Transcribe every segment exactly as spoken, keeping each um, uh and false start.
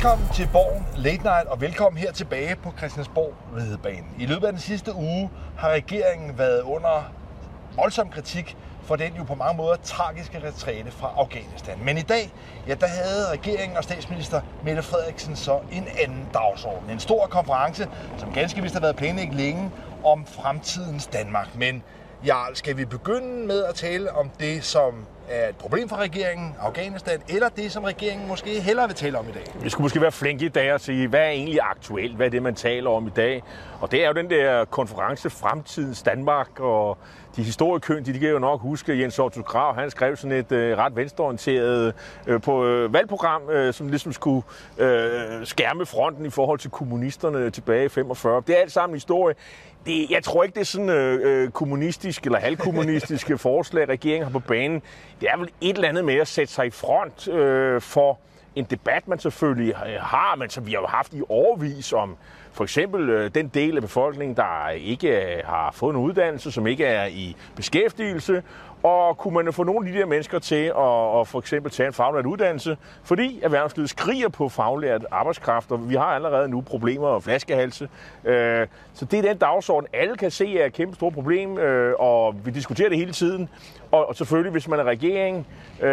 Velkommen til Borgen Late Night, og velkommen her tilbage på Christiansborg Ridebanen. I løbet af den sidste uge har regeringen været under voldsom kritik for den jo på mange måder tragiske retræte fra Afghanistan. Men i dag, ja, der havde regeringen og statsminister Mette Frederiksen så en anden dagsorden. En stor konference, som ganske vist har været planlagt længe, om fremtidens Danmark. Men Jarl, skal vi begynde med at tale om det, som er et problem for regeringen, Afghanistan, eller det, som regeringen måske hellere vil tale om i dag? Vi skulle måske være flinke i dag og sige, hvad er egentlig aktuelt? Hvad er det, man taler om i dag? Og det er jo den der konference Fremtidens Danmark, og de historiekyndige, de kan jo nok huske, Jens Otto Krag, han skrev sådan et øh, ret venstreorienteret øh, på øh, valgprogram, øh, som ligesom skulle øh, skærme fronten i forhold til kommunisterne tilbage i femogfyrre. Det er alt sammen historie. Det, jeg tror ikke, det er sådan øh, kommunistisk eller halvkommunistiske forslag, regeringen har på banen. Det er vel et eller andet med at sætte sig i front øh, for en debat, man selvfølgelig har, men som vi har jo haft i årevis om for eksempel øh, den del af befolkningen, der ikke har fået en uddannelse, som ikke er i beskæftigelse. Og kunne man få nogle af de der mennesker til at, at for eksempel tage en faglært uddannelse, fordi erhvervslivet skriger på faglært arbejdskraft, og vi har allerede nu problemer og flaskehalse. Så det er den dagsorden, alle kan se er et kæmpe stort problem, og vi diskuterer det hele tiden. Og selvfølgelig, hvis man er regering,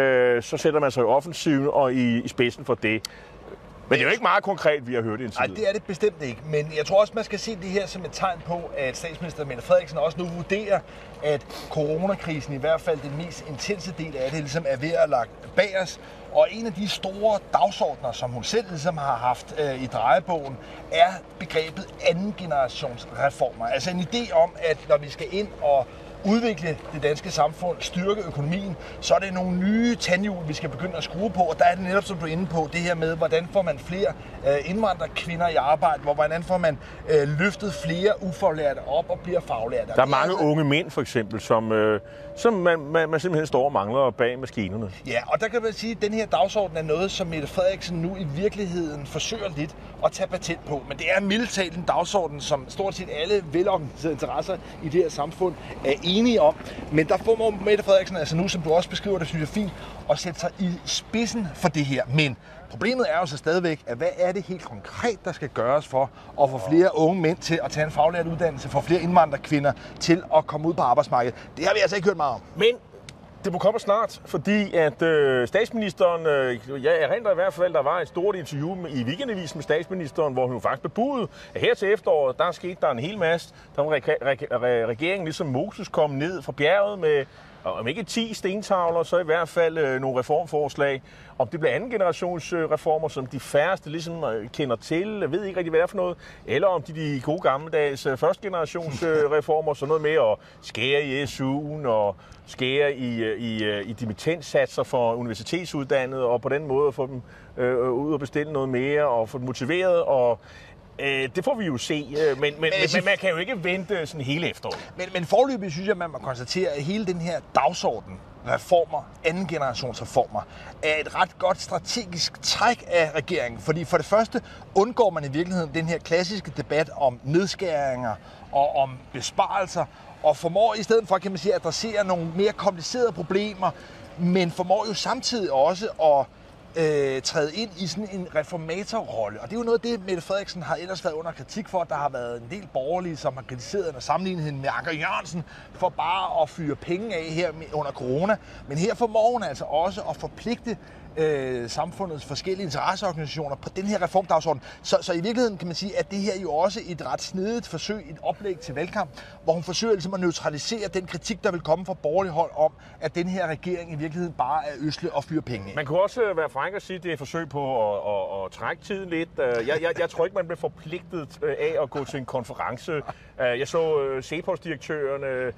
så sætter man sig i offensiven og i, i spidsen for det. Men det er jo ikke meget konkret, vi har hørt indtil. Nej, det er det bestemt ikke. Men jeg tror også, man skal se det her som et tegn på, at statsminister Mette Frederiksen også nu vurderer, at coronakrisen, i hvert fald den mest intense del af det, ligesom er ved at lagt bag os. Og en af de store dagsordner, som hun selv ligesom har haft øh, i drejebogen, er begrebet anden generations reformer. Altså en idé om, at når vi skal ind og udvikle det danske samfund, styrke økonomien, så er det nogle nye tandhjul, vi skal begynde at skrue på. Og der er det netop, som du er inde på, det her med, hvordan får man flere øh, indvandrerkvinder i arbejde, hvor hvordan får man øh, løftet flere ufaglærte op og bliver faglærte. Der er mange altså unge mænd, for eksempel, som, øh, som man, man, man simpelthen står og mangler bag maskinerne. Ja, og der kan man sige, at den her dagsorden er noget, som Mette Frederiksen nu i virkeligheden forsøger lidt at tage patent på. Men det er mildt talt en dagsorden, som stort set alle velorganiserede interesser i det her samfund er enige om. Men der får Mette Frederiksen, altså nu, som du også beskriver det, synes jeg er fint, at sætte sig i spidsen for det her. Men problemet er jo så stadigvæk, at hvad er det helt konkret, der skal gøres for at få flere unge mænd til at tage en faglært uddannelse, få flere indvandrerkvinder til at komme ud på arbejdsmarkedet? Det har vi altså ikke hørt meget om. Men det må komme snart, fordi at øh, statsministeren, øh, jeg erindrer i hvert fald, der var et stort interview med, i Weekendavisen med statsministeren, hvor hun faktisk bebudede, at her til efteråret, der skete der en hel masse. Der var re- re- re- regeringen ligesom Moses kom ned fra bjerget med, om ikke ti stentavler, så i hvert fald øh, nogle reformforslag. Om det bliver anden generations øh, reformer, som de færreste ligesom øh, kender til, jeg ved ikke rigtig, hvad det er for noget, eller om de de gode gammeldags øh, første generations øh, reformer, så noget med at skære i S U'en og skære i, i, i dimittenssatser for universitetsuddannede, og på den måde få dem øh, ud og bestille noget mere og få dem motiveret. Og øh, det får vi jo se, men, men, men, men man kan jo ikke vente sådan hele efteråret. Men, men forløbig synes jeg, man må konstatere, at hele den her dagsorden, reformer, anden generations reformer, er et ret godt strategisk træk af regeringen. Fordi for det første undgår man i virkeligheden den her klassiske debat om nedskæringer og om besparelser, og formår i stedet for, kan man sige, at adressere nogle mere komplicerede problemer, men formår jo samtidig også at øh, træde ind i sådan en reformatorrolle. Og det er jo noget af det, Mette Frederiksen har ellers været under kritik for. Der har været en del borgerlige, som har kritiseret og sammenlignet hende med Anker Jørgensen for bare at fyre penge af her under corona. Men her formår hun altså også at forpligte Øh, samfundets forskellige interesseorganisationer på den her reformdagsorden. Så, så i virkeligheden kan man sige, at det her er jo også et ret snedigt forsøg, et oplæg til valgkamp, hvor hun forsøger ligesom at neutralisere den kritik, der vil komme fra borgerlig hold om, at den her regering i virkeligheden bare er øsle og fyre penge af. Man kunne også være fræk at sige, at det er et forsøg på at, at, at trække tiden lidt. Jeg, jeg, jeg tror ikke, man bliver forpligtet af at gå til en konference. Jeg så Cepos-direktøren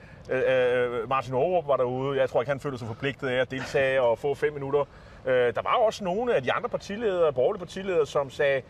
Martin Aarup var derude. Jeg tror ikke, han følte sig forpligtet af at deltage og få fem minutter. Der var også nogle af de andre partiledere, borgerlige partiledere, som sagde,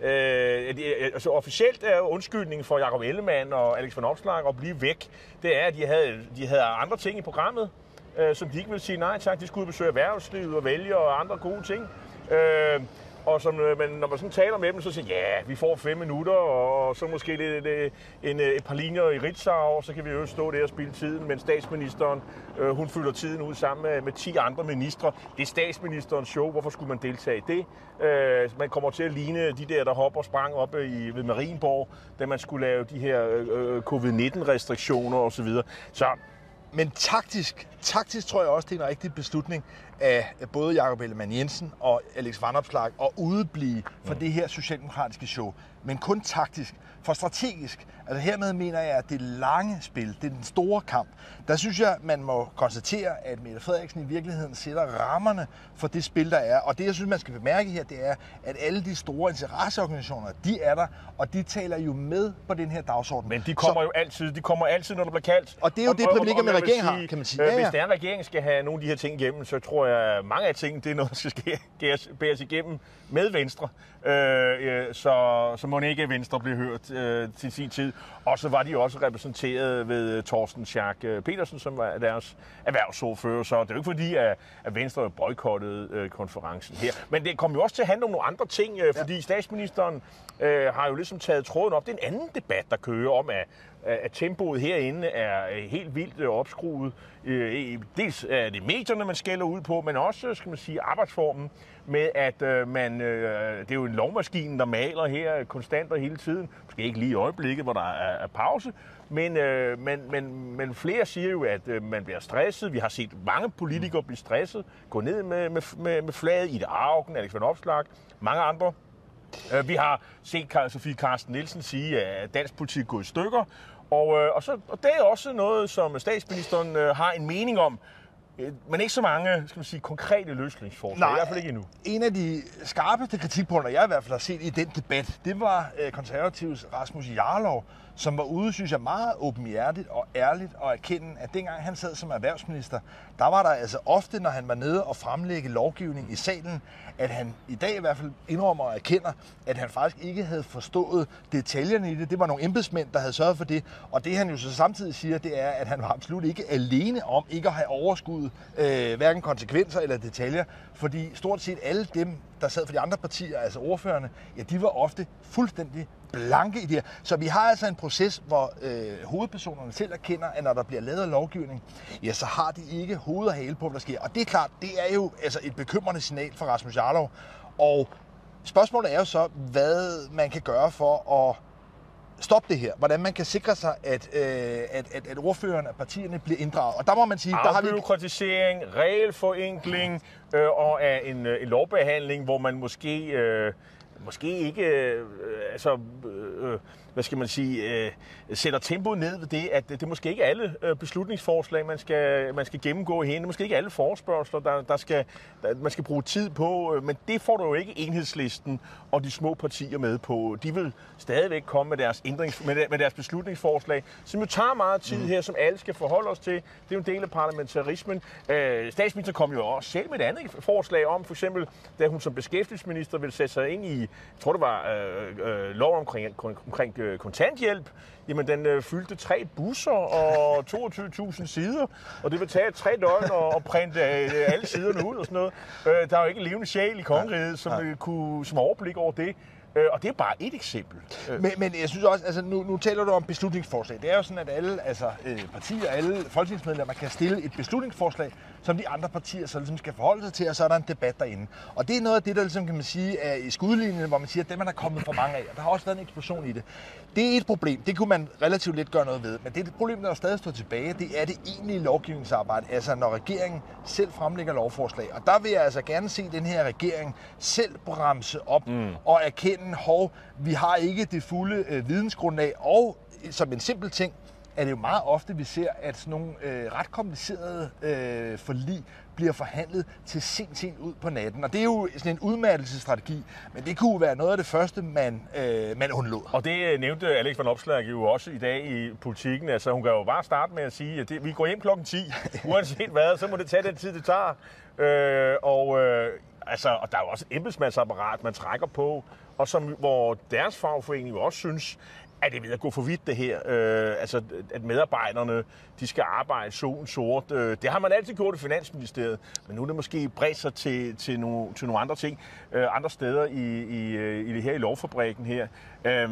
øh, altså officielt er undskyldningen for Jakob Ellemann og Alex Van Opslark at blive væk. Det er, at de havde, de havde andre ting i programmet, øh, som de ikke ville sige nej tak. De skulle besøge erhvervslivet og vælge og andre gode ting. Øh, og som, øh, man, når man sådan taler med dem, så siger ja, vi får fem minutter, og så måske lidt, lidt, en, et par linjer i Ritzau, og så kan vi jo stå der og spille tiden, men statsministeren, øh, hun fylder tiden ud sammen med, med ti andre ministre. Det er statsministerens show, hvorfor skulle man deltage i det? Øh, man kommer til at ligne de der, der hopper og sprang op i, ved Marienborg, da man skulle lave de her øh, covid nitten restriktioner osv. Så Men taktisk, taktisk tror jeg også, det er en rigtig beslutning af både Jakob Ellemann-Jensen og Alex Vanopslagh at udeblive fra mm. det her socialdemokratiske show. Men kun taktisk. For strategisk, altså hermed mener jeg, at det lange spil, det er den store kamp, der synes jeg, man må konstatere, at Mette Frederiksen i virkeligheden sætter rammerne for det spil, der er. Og det, jeg synes, man skal bemærke her, det er, at alle de store interesseorganisationer, de er der, og de taler jo med på den her dagsorden. Men de kommer Så, jo altid, de kommer altid, når der bliver kaldt. Og det er jo og, det privilegium, med regeringen har, kan man sige. Øh, ja, ja. Hvis der er en regering skal have nogle af de her ting igennem, så tror jeg, at mange af tingene, det er noget, der skal bæres igennem med Venstre. Øh, så, så må ikke Venstre blive hørt øh, til sin tid. Og så var de også repræsenteret ved Torsten Schack Petersen, som var deres erhvervsordfører. Så det er jo ikke fordi, at, at Venstre boykottede øh, konferencen her. Men det kom jo også til at handle om nogle andre ting, øh, fordi ja. statsministeren øh, har jo ligesom taget tråden op. Det er en anden debat, der kører om, at, at tempoet herinde er helt vildt opskruet. Øh, dels er det medierne, man skælder ud på, men også, skal man sige, arbejdsformen med, at øh, man, øh, det er jo en lovmaskine, der maler her konstant og hele tiden. Måske ikke lige i øjeblikket, hvor der er, er pause, men, øh, men, men, men flere siger jo, at øh, man bliver stresset. Vi har set mange politikere blive stresset, gå ned med, med, med, med flaget, Ida Auken, Alex Vanopslagh, mange andre. Øh, vi har set Sofie Carsten Nielsen sige, at dansk politik går i stykker, og, øh, og, så, og det er også noget, som statsministeren øh, har en mening om. Men ikke så mange, skal man sige, konkrete løsningsforslag. Nej, i hvert fald ikke endnu. En af de skarpeste kritikpunkter, jeg i hvert fald har set i den debat, det var øh, konservativs Rasmus Jarlov, som var ude, synes jeg, meget åbenhjertigt og ærligt at erkende, at dengang han sad som erhvervsminister, der var der altså ofte, når han var nede og fremlægge lovgivning i salen, at han i dag i hvert fald indrømmer og erkender, at han faktisk ikke havde forstået detaljerne i det. Det var nogle embedsmænd, der havde sørget for det. Og det han jo så samtidig siger, det er, at han var absolut ikke alene om ikke at have overskuddet øh, hverken konsekvenser eller detaljer. Fordi stort set alle dem, der sad for de andre partier, altså ordførerne, ja, de var ofte fuldstændig blanke i det her. Så vi har altså en proces, hvor øh, hovedpersonerne selv erkender, at når der bliver lavet lovgivning, ja, så har de ikke hoved og hale på, hvad der sker. Og det er klart, det er jo altså et bekymrende signal for Rasmus Jarlov. Og spørgsmålet er jo så, hvad man kan gøre for at stoppe det her. Hvordan man kan sikre sig, at, øh, at, at, at ordførerne og partierne bliver inddraget. Og der må man sige, der har vi afbureaukratisering, regelforenkling øh, og af en, en lovbehandling, hvor man måske øh, måske ikke øh, altså øh, hvad skal man sige, øh, sætter tempoet ned ved det, at det er måske ikke alle øh, beslutningsforslag, man skal, man skal gennemgå herinde. Det er måske ikke alle forespørgsler, der, der skal, der, man skal bruge tid på, men det får du jo ikke Enhedslisten og de små partier med på. De vil stadigvæk komme med deres, ændrings, med, med deres beslutningsforslag, som jo tager meget tid her, som alle skal forholde os til. Det er jo en del af parlamentarismen. Øh, statsministeren kom jo også selv med et andet forslag om, for eksempel, da hun som beskæftigelsesminister ville sætte sig ind i, jeg tror det var øh, øh, lov omkring, omkring kontanthjælp, jamen den øh, fyldte tre busser og toogtyve tusind sider, og det vil tage tre døgn og, og printe øh, alle siderne ud og sådan noget. Øh, der er jo ikke en levende sjæl i kongeriget, som, øh, kunne, som overblik over det. Øh, og det er bare et eksempel. Men, men jeg synes også, altså nu, nu taler du om beslutningsforslag. Det er jo sådan, at alle altså, øh, partier, alle folketingsmedlemmer kan stille et beslutningsforslag, som de andre partier så ligesom skal forholde sig til, og så er der en debat derinde. Og det er noget af det, der ligesom, kan man sige, er i skudlinjen, hvor man siger, at dem er der kommet for mange af, og der har også været en eksplosion i det. Det er et problem. Det kunne man relativt let gøre noget ved. Men det er et problem, der stadig står tilbage. Det er det egentlige lovgivningsarbejde, altså når regeringen selv fremlægger lovforslag. Og der vil jeg altså gerne se den her regering selv bremse op mm. og erkende, hov, vi har ikke det fulde øh, vidensgrundlag, og som en simpel ting, er det jo meget ofte, vi ser, at sådan nogle øh, ret komplicerede øh, forlig bliver forhandlet til sent, sent ud på natten. Og det er jo sådan en udmattelsesstrategi, men det kunne være noget af det første, man, øh, man undlod. Og det nævnte Alex Vanopslagh jo også i dag i Politikken. Altså hun kan jo bare starte med at sige, at det, vi går hjem klokken ti, uanset hvad, så må det tage den tid, det tager. Øh, og, øh, altså, og der er jo også et embedsmandsapparat, man trækker på, og som, hvor deres fagforening jo også synes, Er det ved at gå for vidt, det her? Øh, altså, at medarbejderne, de skal arbejde solen sort. Øh, det har man altid gjort i Finansministeriet, men nu er det måske bredt sig til, til, nogle, til nogle andre ting, øh, andre steder i, i, i det her i lovfabrikken her. Øh,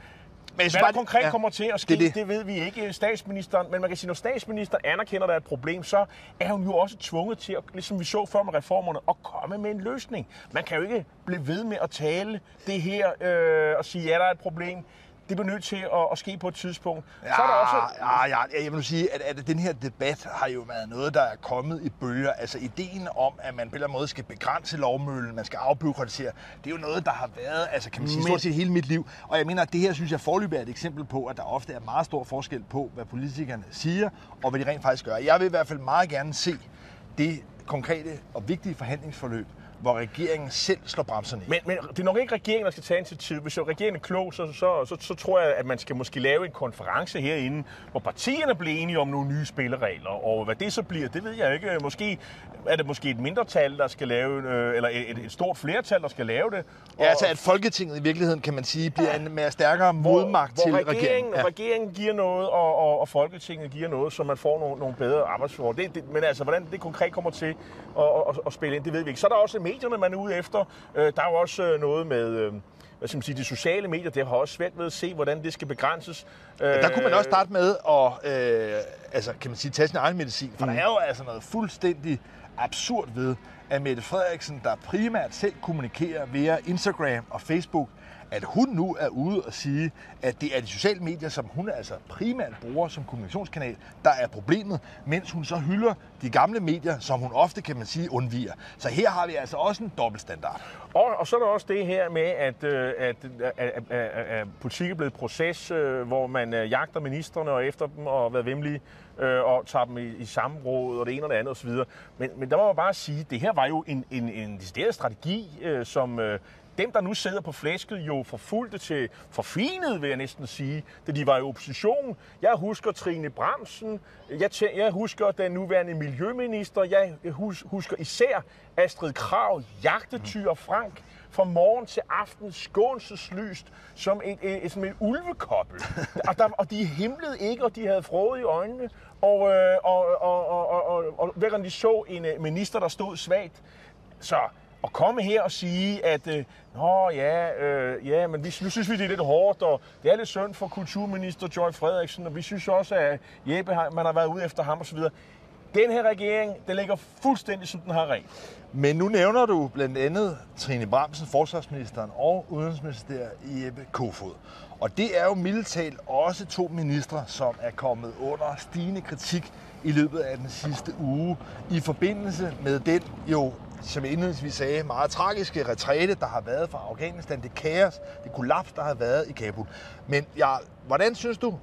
Men hvad der konkret ja, kommer til at ske, det, det. det ved vi ikke, statsministeren. Men man kan sige, når statsministeren anerkender, at der er et problem, så er hun jo også tvunget til, at, ligesom vi så før med reformerne, at komme med en løsning. Man kan jo ikke blive ved med at tale det her øh, og sige, ja, der er et problem. Det bliver nødt til at, at ske på et tidspunkt. Ja, så er der også... ja, ja, jeg vil sige, at, at den her debat har jo været noget, der er kommet i bølger. Altså ideen om, at man på en eller anden måde skal begrænse lovmøllen, man skal afbureaukratisere, det er jo noget, der har været, altså kan man sige, stort set hele mit liv. Og jeg mener, at det her, synes jeg, foreløbig er et eksempel på, at der ofte er meget stor forskel på, hvad politikerne siger, og hvad de rent faktisk gør. Jeg vil i hvert fald meget gerne se det konkrete og vigtige forhandlingsforløb, hvor regeringen selv slår bremserne i. Men, men det er nok ikke regeringen, der skal tage initiativ. Hvis regeringen er klog, så, så, så, så tror jeg, at man skal måske lave en konference herinde, hvor partierne bliver enige om nogle nye spilleregler. Og hvad det så bliver, det ved jeg ikke. Måske er det måske et mindretal, der skal lave, eller et, et stort flertal, der skal lave det. Ja, altså at Folketinget i virkeligheden, kan man sige, bliver en mere stærkere modmagt hvor, til hvor regeringen. regeringen. Ja. Regeringen giver noget, og, og, og Folketinget giver noget, så man får nogle, nogle bedre arbejdsforhold. Det, det, men altså, hvordan det konkret kommer til at, at, at spille ind, det ved vi ikke. Så er der også medierne, man er ude efter. Der er jo også noget med, hvad skal man sige, de sociale medier. Det har også svært ved at se, hvordan det skal begrænses. Ja, der kunne man også starte med at, øh, altså, kan man sige, tage sin egen medicin. For mm. der er jo altså noget fuldstændig absurd ved, at Mette Frederiksen, der primært selv kommunikerer via Instagram og Facebook, at hun nu er ude og sige, at det er de sociale medier, som hun altså primært bruger som kommunikationskanal, der er problemet, mens hun så hylder de gamle medier, som hun ofte, kan man sige, undviger. Så her har vi altså også en dobbeltstandard. Og, og så er der også det her med, at, at, at, at, at, at politik er blevet et proces, hvor man jagter ministerne og efter dem og været vemmelige og tager dem i, i samråd og det ene og det andet osv. Men, men der må man bare sige, at det her var jo en, en, en decideret strategi, som dem, der nu sidder på flæsket, jo forfulgte til forfinet, vil jeg næsten sige, da de var i opposition. Jeg husker Trine Bramsen, jeg, tæ- jeg husker den nuværende miljøminister, jeg husker især Astrid Krag, jagtetyr Frank, fra morgen til aften skånseslyst som et, et, et, som et ulvekobbel. og, der, og de himlede ikke, og de havde frået i øjnene. Og, øh, og, og, og, og, og, og hver gang de så en minister, der stod svagt, så... At komme her og sige, at øh, Nå, ja, øh, ja, men vi, nu synes vi, det er lidt hårdt, og det er lidt synd for kulturminister Joy Frederiksen, og vi synes også, at Jeppe, man har været ude efter ham osv. Den her regering, den ligger fuldstændig, som den har rent. Men nu nævner du blandt andet Trine Bramsen, forsvarsministeren, og udenrigsminister Jeppe Kofod. Og det er jo mildt talt også to ministre, som er kommet under stigende kritik i løbet af den sidste uge, i forbindelse med den jo, som jeg indledningsvis sagde, meget tragiske retræte, der har været fra Afghanistan, det kaos, det kollaps, der har været i Kabul. Men ja, hvordan synes du,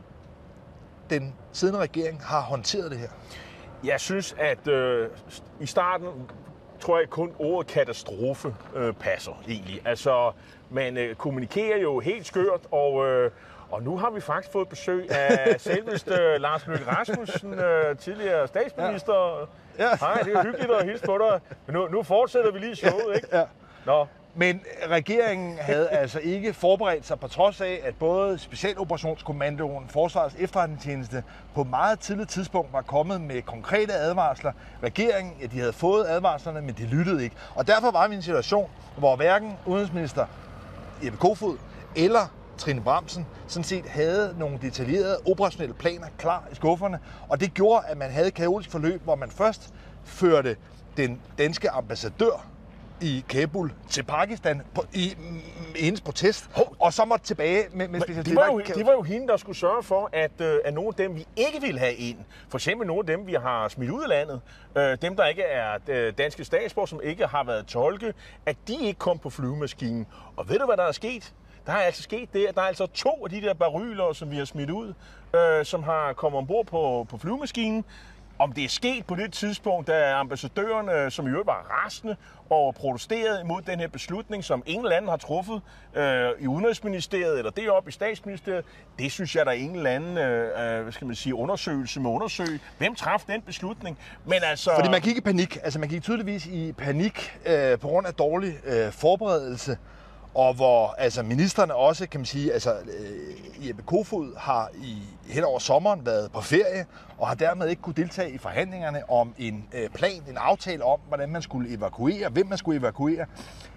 den siddende regering har håndteret det her? Jeg synes, at øh, i starten tror jeg kun ordet katastrofe øh, passer egentlig. Altså, man øh, kommunikerer jo helt skørt, og, øh, og nu har vi faktisk fået besøg af selveste øh, Lars Løkke Rasmussen, øh, tidligere statsminister. Ja. Ja. Hej, det er hyggeligt at hilse på dig. Men nu, nu fortsætter vi lige showet, ikke? Ja. Nå. Men regeringen havde altså ikke forberedt sig, på trods af, at både Specialoperationskommandoen, Forsvarets Efterretningstjeneste på meget tidligt tidspunkt var kommet med konkrete advarsler. Regeringen, ja, de havde fået advarslerne, men de lyttede ikke. Og derfor var vi i en situation, hvor hverken udenrigsminister Jeppe Kofod eller Trine Bramsen sådan set havde nogle detaljerede operationelle planer klar i skufferne. Og det gjorde, at man havde et kaotisk forløb, hvor man først førte den danske ambassadør i Kabul til Pakistan på, i, i hendes protest, Hov. og så måtte tilbage med, med specialitet. Det var, jo, det var jo hende, der skulle sørge for, at, øh, at nogle af dem, vi ikke ville have ind, for eksempel nogle af dem, vi har smidt ud af landet, øh, dem, der ikke er øh, danske statsborgere, som ikke har været tolke, at de ikke kom på flyvemaskinen. Og ved du, hvad der er sket? Der er altså sket det, at der er altså to af de der baryler, som vi har smidt ud, øh, som har kommet ombord på, på flyvemaskinen. Om det er sket på det tidspunkt, da ambassadøren, som i øvrigt var rasende og protesterede imod den her beslutning, som ingen eller anden har truffet øh, i Udenrigsministeriet eller deroppe i Statsministeriet, det synes jeg, der er ingen eller anden øh, hvad skal man sige, undersøgelse med undersøge. Hvem træffede den beslutning? Men altså... Fordi man gik i panik. Altså man gik tydeligvis i panik øh, på grund af dårlig øh, forberedelse. og hvor altså, ministerne også, kan man sige, altså øh, Jeppe Kofod har i hen over sommeren været på ferie, og har dermed ikke kunne deltage i forhandlingerne om en øh, plan, en aftale om, hvordan man skulle evakuere, hvem man skulle evakuere.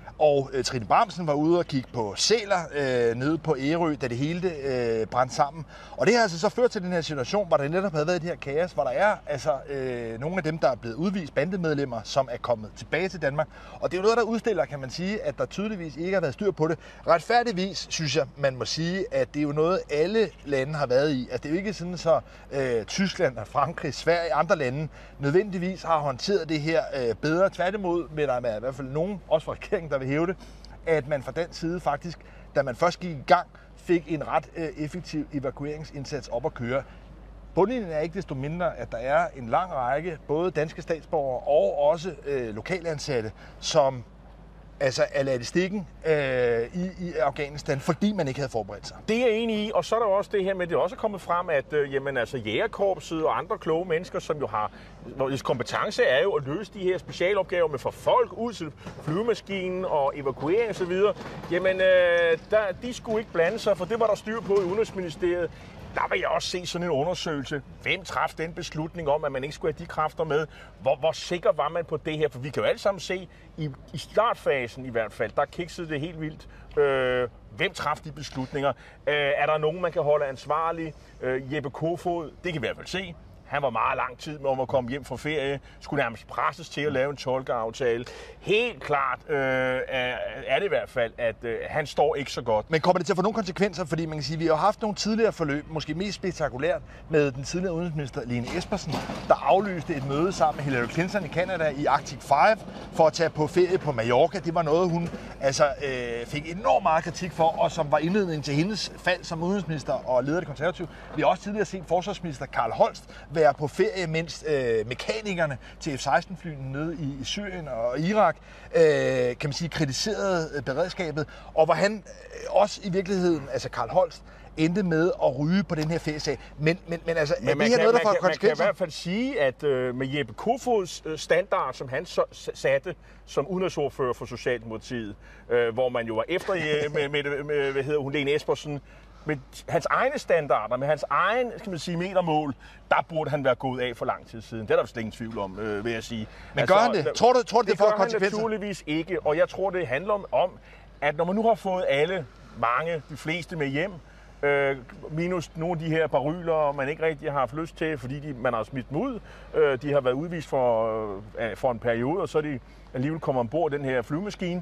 Og øh, Trine Bramsen var ude og kigge på sæler øh, nede på Ærø, da det hele øh, brændte sammen. Og det har altså så ført til den her situation, hvor der netop havde været det her kaos, hvor der er altså øh, nogle af dem, der er blevet udvist, bandemedlemmer, som er kommet tilbage til Danmark. Og det er jo noget, der udstiller, kan man sige, at der tydeligvis ikke har været styr på det. Retfærdigvis synes jeg, man må sige, at det er jo noget, alle lande har været i. Altså det er jo ikke sådan, så øh, Tyskland, Frankrig, Sverige og andre lande nødvendigvis har håndteret det her øh, bedre. Tværtimod, men der er i hvert fald nogen, også fra regeringen, der vil hæve det, at man fra den side faktisk, da man først gik i gang, fik en ret øh, effektiv evakueringsindsats op at køre. Bundlinjen er ikke desto mindre, at der er en lang række, både danske statsborgere og også øh, lokalansatte, som altså er ladt i stikken øh, i, i Afghanistan, fordi man ikke havde forberedt sig. Det er jeg enig i, og så er der også det her med, at det også er kommet frem, at øh, jamen, altså, jægerkorpset og andre kloge mennesker, som jo har, hvis kompetence er jo at løse de her specialopgaver med at få folk ud til flyvemaskinen og evakuering osv., jamen øh, der, de skulle ikke blande sig, for det var der styr på i Udenrigsministeriet. Der vil jeg også se sådan en undersøgelse. Hvem traf den beslutning om, at man ikke skulle have de kræfter med? Hvor, hvor sikker var man på det her? For vi kan jo alle sammen se, i, i startfasen i hvert fald, der kiksede det helt vildt. Øh, hvem traf de beslutninger? Øh, er der nogen, man kan holde ansvarlig? Øh, Jeppe Kofod, det kan vi i hvert fald se. Han var meget lang tid med om at komme hjem fra ferie, skulle nærmest presses til at lave en tolkeaftale. Helt klart øh, er, er det i hvert fald, at øh, han står ikke så godt. Men kommer det til at få nogle konsekvenser? Fordi man kan sige, at vi har haft nogle tidligere forløb, måske mest spektakulært, med den tidligere udenrigsminister Lene Espersen, der aflyste et møde sammen med Hillary Clinton i Canada i Arctic fem for at tage på ferie på Mallorca. Det var noget, hun altså, øh, fik enormt meget kritik for, og som var indledningen til hendes fald som udenrigsminister og leder af det konservative. Vi har også tidligere set forsvarsminister Karl Holst være på ferie, mens øh, mekanikerne til F seksten flyene nede i, i Syrien og Irak, øh, kan man sige, kritiserede øh, beredskabet, og hvor han øh, også i virkeligheden, altså Karl Holst, endte med at ryge på den her feriesag. Men, men, men altså, men er det her kan, noget, der får konsekvenser? Man kan i hvert fald sige, at øh, med Jeppe Kofods øh, standard, som han så, satte som udenrigsordfører for Socialdemokratiet, øh, hvor man jo var efter øh, med, med, med, hvad hedder hun, Lene Espersen, med hans egne standarder, med hans egen, skal man sige, metermål, der burde han være gået af for lang tid siden. Det er der slet ingen tvivl om, øh, vil jeg sige. Men altså, gør han det? Tror du, tror du det, det får konsekvenser? Det gør han naturligvis ikke, og jeg tror, det handler om, at når man nu har fået alle, mange, de fleste med hjem, øh, minus nogle af de her baryler, man ikke rigtig har haft lyst til, fordi de, man har smidt dem ud, øh, de har været udvist for, øh, for en periode, og så er de alligevel kommet ombord den her flyvemaskine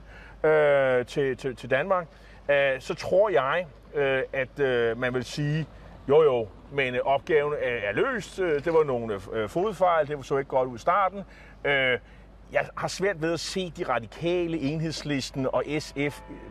øh, til, til, til Danmark, øh, så tror jeg, at øh, man vil sige, jo jo, men øh, opgaven er, er løst. Det var nogle øh, fodfejl, det så ikke godt ud i starten. Øh, jeg har svært ved at se de radikale, Enhedslisten og S F øh,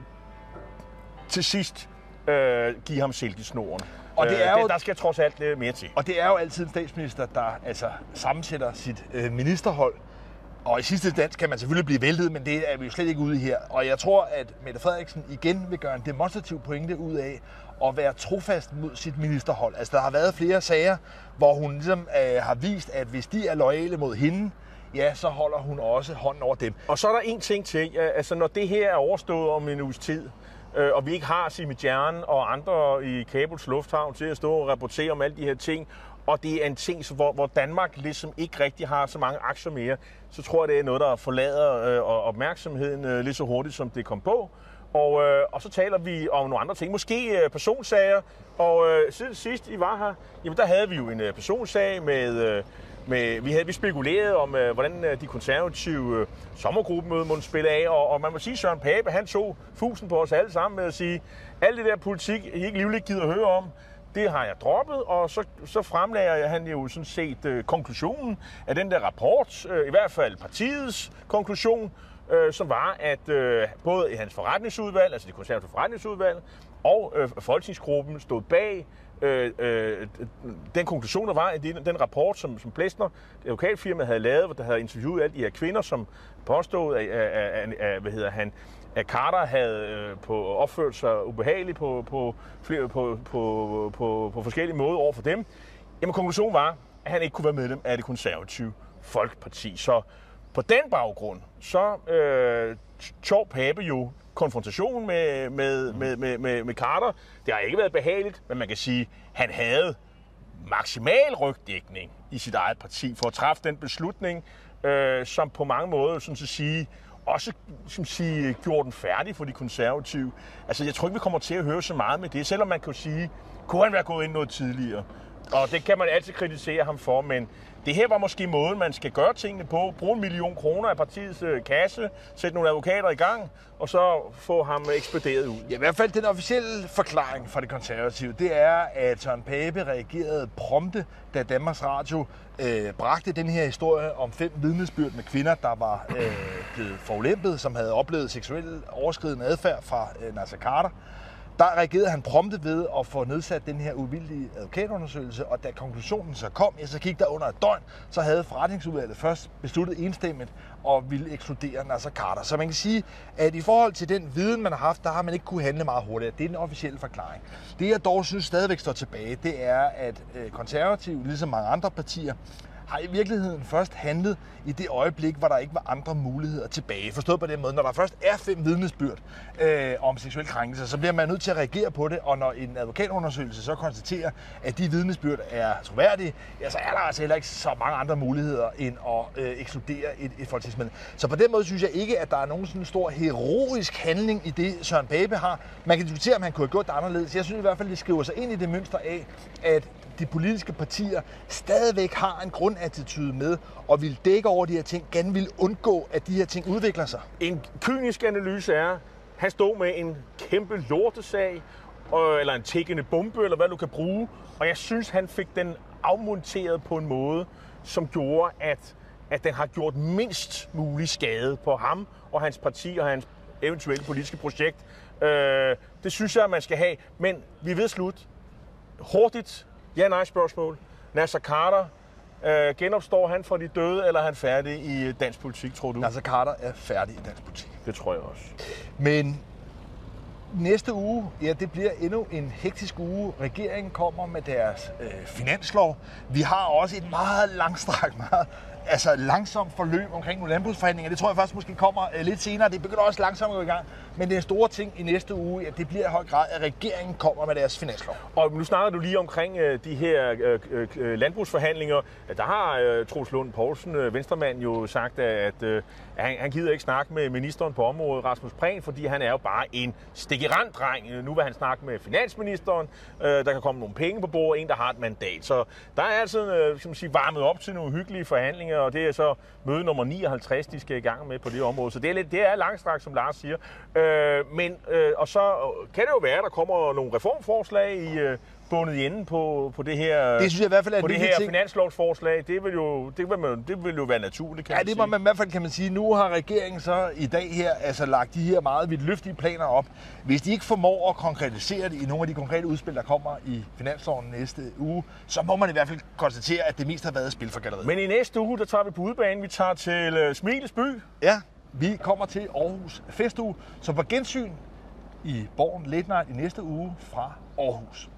til sidst øh, give ham silkesnoren. Og det er jo, øh, der skal trods alt øh, mere til. Og det er jo altid en statsminister, der altså sammensætter sit øh, ministerhold. Og i sidste instans kan man selvfølgelig blive væltet, men det er vi jo slet ikke ude i her. Og jeg tror, at Mette Frederiksen igen vil gøre en demonstrativ pointe ud af at være trofast mod sit ministerhold. Altså, der har været flere sager, hvor hun ligesom øh, har vist, at hvis de er loyale mod hende, ja, så holder hun også hånden over dem. Og så er der en ting til. Altså, når det her er overstået om en uges tid, øh, og vi ikke har Simidjan og andre i Kabuls lufthavn til at stå og rapportere om alle de her ting, og det er en ting, hvor, hvor Danmark ligesom ikke rigtig har så mange aktier mere, så tror jeg, det er noget, der forlader øh, opmærksomheden øh, lige så hurtigt, som det kom på. Og, øh, og så taler vi om nogle andre ting. Måske øh, personsager. Og øh, siden sidst I var her, jamen, der havde vi jo en øh, personsag med... Øh, med vi havde vi spekuleret om, øh, hvordan øh, de konservative øh, sommergruppemøde måtte spille af. Og, og man må sige, at Søren Pape, han tog fusen på os alle sammen med at sige, alt det der politik, I ikke livligt gider at høre om, det har jeg droppet, og så, så fremlagde han jo sådan set øh, konklusionen af den der rapport, øh, i hvert fald partiets konklusion, øh, som var, at øh, både i hans forretningsudvalg, altså det konservative forretningsudvalg, og øh, folketingsgruppen stod bag øh, øh, den konklusion, der var i den, den rapport, som, som Plesner, det advokatfirma, havde lavet, hvor der havde interviewet alle de her kvinder, som påstod, at, at, at, at hvad hedder han, at Carter havde øh, på, opført sig ubehageligt på, på, på, på, på, på, på forskellige måder over for dem. Jamen, konklusionen var, at han ikke kunne være medlem af det konservative Folkeparti. Så på den baggrund, så øh, tog Pape jo konfrontation med, med, med, med, med, med Khader. Det har ikke været behageligt, men man kan sige, at han havde maksimal rygdækning i sit eget parti for at træffe den beslutning, øh, som på mange måder, sådan at sige, også som sige, gjorde den færdig for de konservative. Altså, jeg tror ikke, vi kommer til at høre så meget med det, selvom man kan sige, kunne han være gået ind noget tidligere? Og det kan man altid kritisere ham for, men det her var måske måden, man skal gøre tingene på. Bruge en million kroner af partiets øh, kasse, sætte nogle advokater i gang, og så få ham ekspederet ud. Ja, i hvert fald den officielle forklaring fra det konservative, det er, at Søren Pape reagerede prompte, da Danmarks Radio øh, bragte den her historie om fem vidnesbyrd med kvinder, der var øh, blevet forulempet, som havde oplevet seksuel overskridende adfærd fra øh, Naser Khader. Der reagerede han prompte ved at få nedsat den her uvildige advokatundersøgelse, og da konklusionen så kom, ja, så gik der under et døgn, så havde forretningsudvalget først besluttet enstemmigt og ville ekskludere Naser Khader. Så man kan sige, at i forhold til den viden, man har haft, der har man ikke kunne handle meget hurtigt. Det er den officielle forklaring. Det, jeg dog synes stadigvæk står tilbage, det er, at konservative, ligesom mange andre partier, har i virkeligheden først handlet i det øjeblik, hvor der ikke var andre muligheder tilbage. Forstået på den måde, når der først er fem vidnesbyrd øh, om seksuel krænkelse, så bliver man nødt til at reagere på det, og når en advokatundersøgelse så konstaterer, at de vidnesbyrd er troværdige, ja, så er der altså heller ikke så mange andre muligheder end at øh, ekskludere et, et folketingsmedlem. Så på den måde synes jeg ikke, at der er nogen sådan stor heroisk handling i det, Søren Pape har. Man kan diskutere, om han kunne have gjort det anderledes. Jeg synes i hvert fald, det skriver sig ind i det mønster af, at de politiske partier stadigvæk har en grundattitude med og vil dække over de her ting, gerne vil undgå, at de her ting udvikler sig. En kynisk analyse er, han stod med en kæmpe lortesag, eller en tikkende bombe, eller hvad du kan bruge, og jeg synes, han fik den afmonteret på en måde, som gjorde, at, at den har gjort mindst mulig skade på ham og hans parti og hans eventuelle politiske projekt. Øh, det synes jeg, man skal have, men vi ved slut. Hurtigt, ja-nej spørgsmål. Naser Khader, øh, genopstår han fra de døde, eller er han færdig i dansk politik, tror du? Naser Khader er færdig i dansk politik. Det tror jeg også. Men næste uge, ja, det bliver endnu en hektisk uge. Regeringen kommer med deres øh, finanslov. Vi har også et meget langstrakt, meget altså langsomt forløb omkring nogle landbrugsforhandlinger. Det tror jeg først måske kommer øh, lidt senere. Det begynder også langsomt at gå i gang. Men den store ting i næste uge, ja, det bliver i høj grad, at regeringen kommer med deres finanslov. Og nu snakker du lige omkring øh, de her øh, øh, landbrugsforhandlinger. Der har øh, Troels Lund Poulsen, øh, venstremand, jo sagt, at øh, han, han gider ikke snakke med ministeren på området, Rasmus Prehn, fordi han er jo bare en stikkeramt-dreng. Nu vil han snakke med finansministeren. Øh, der kan komme nogle penge på bordet, en der har et mandat. Så der er altså øh, skal man sige, varmet op til nogle hyggelige forhandlinger, og det er så møde nummer nioghalvtreds, de skal i gang med på det område. Så det er, lidt, det er langstrakt, som Lars siger. Øh, men, øh, og så kan det jo være, at der kommer nogle reformforslag i øh, bundet i enden på, på det her, det synes jeg i hvert fald er på det her finanslovsforslag. Det vil, jo, det, vil man, det vil jo være naturligt, kan ja, man det må man i hvert fald, kan man sige. Nu har regeringen så i dag her altså lagt de her meget vidtløftige planer op. Hvis de ikke formår at konkretisere det i nogle af de konkrete udspil, der kommer i finansloven næste uge, så må man i hvert fald konstatere, at det mest har været spil for galleriet. Men i næste uge, der tager vi på udebane. Vi tager til uh, Smilets by. Ja, vi kommer til Aarhus Festuge, så på gensyn i Borgen Late Night i næste uge fra Aarhus.